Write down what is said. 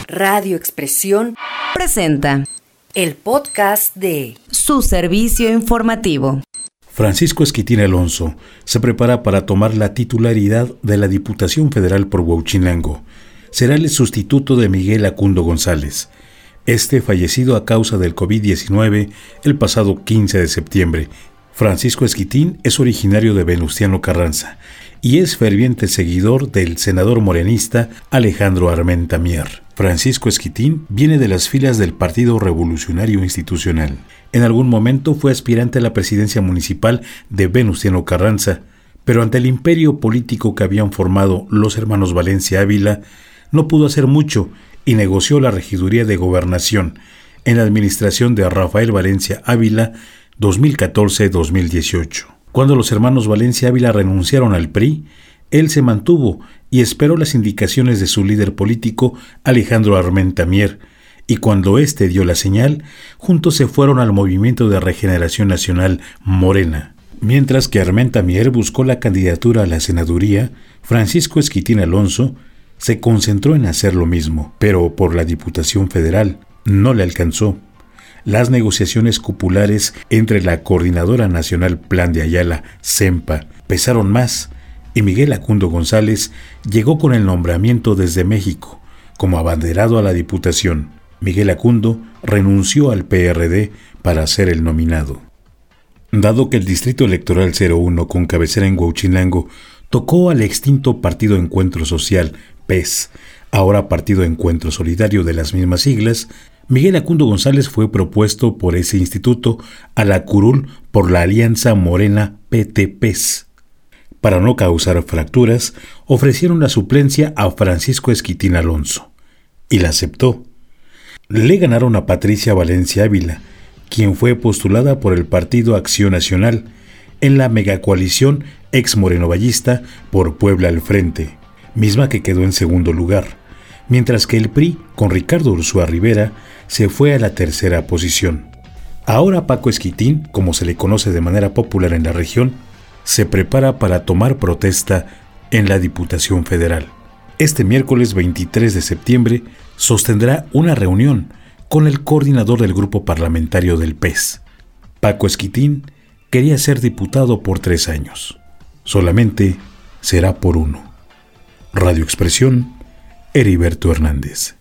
Radio Expresión presenta el podcast de su servicio informativo. Francisco Esquitín Alonso se prepara para tomar la titularidad de la Diputación Federal por Huauchinango. Será el sustituto de Miguel Acundo González, fallecido a causa del COVID-19 el pasado 15 de septiembre. Francisco Esquitín es originario de Venustiano Carranza y es ferviente seguidor del senador morenista Alejandro Armenta Mier. Francisco Esquitín viene de las filas del Partido Revolucionario Institucional. En algún momento fue aspirante a la presidencia municipal de Venustiano Carranza, pero ante el imperio político que habían formado los hermanos Valencia Ávila, no pudo hacer mucho y negoció la regiduría de Gobernación en la administración de Rafael Valencia Ávila 2014-2018. Cuando los hermanos Valencia Ávila renunciaron al PRI, él se mantuvo y esperó las indicaciones de su líder político Alejandro Armenta Mier, y cuando éste dio la señal, juntos se fueron al Movimiento de Regeneración Nacional Morena. Mientras que Armenta Mier buscó la candidatura a la senaduría, Francisco Esquitín Alonso se concentró en hacer lo mismo, pero por la Diputación Federal no le alcanzó. Las negociaciones cupulares entre la Coordinadora Nacional Plan de Ayala, CEMPA, pesaron más, y Miguel Acundo González llegó con el nombramiento desde México como abanderado a la Diputación. Miguel Acundo renunció al PRD para ser el nominado. Dado que el Distrito Electoral 01, con cabecera en Huauchinango, tocó al extinto Partido Encuentro Social, PES, ahora Partido Encuentro Solidario de las mismas siglas, Miguel Acundo González fue propuesto por ese instituto a la curul por la Alianza Morena PT-PES. Para no causar fracturas, ofrecieron la suplencia a Francisco Esquitín Alonso, y la aceptó. Le ganaron a Patricia Valencia Ávila, quien fue postulada por el Partido Acción Nacional en la megacoalición ex-morenovallista por Puebla al Frente, misma que quedó en segundo lugar, mientras que el PRI, con Ricardo Ursúa Rivera, se fue a la tercera posición. Ahora Paco Esquitín, como se le conoce de manera popular en la región, se prepara para tomar protesta en la Diputación Federal. Este miércoles 23 de septiembre sostendrá una reunión con el coordinador del grupo parlamentario del PES. Paco Esquitín quería ser diputado por 3 años. Solamente será por 1. Radio Expresión, Heriberto Hernández.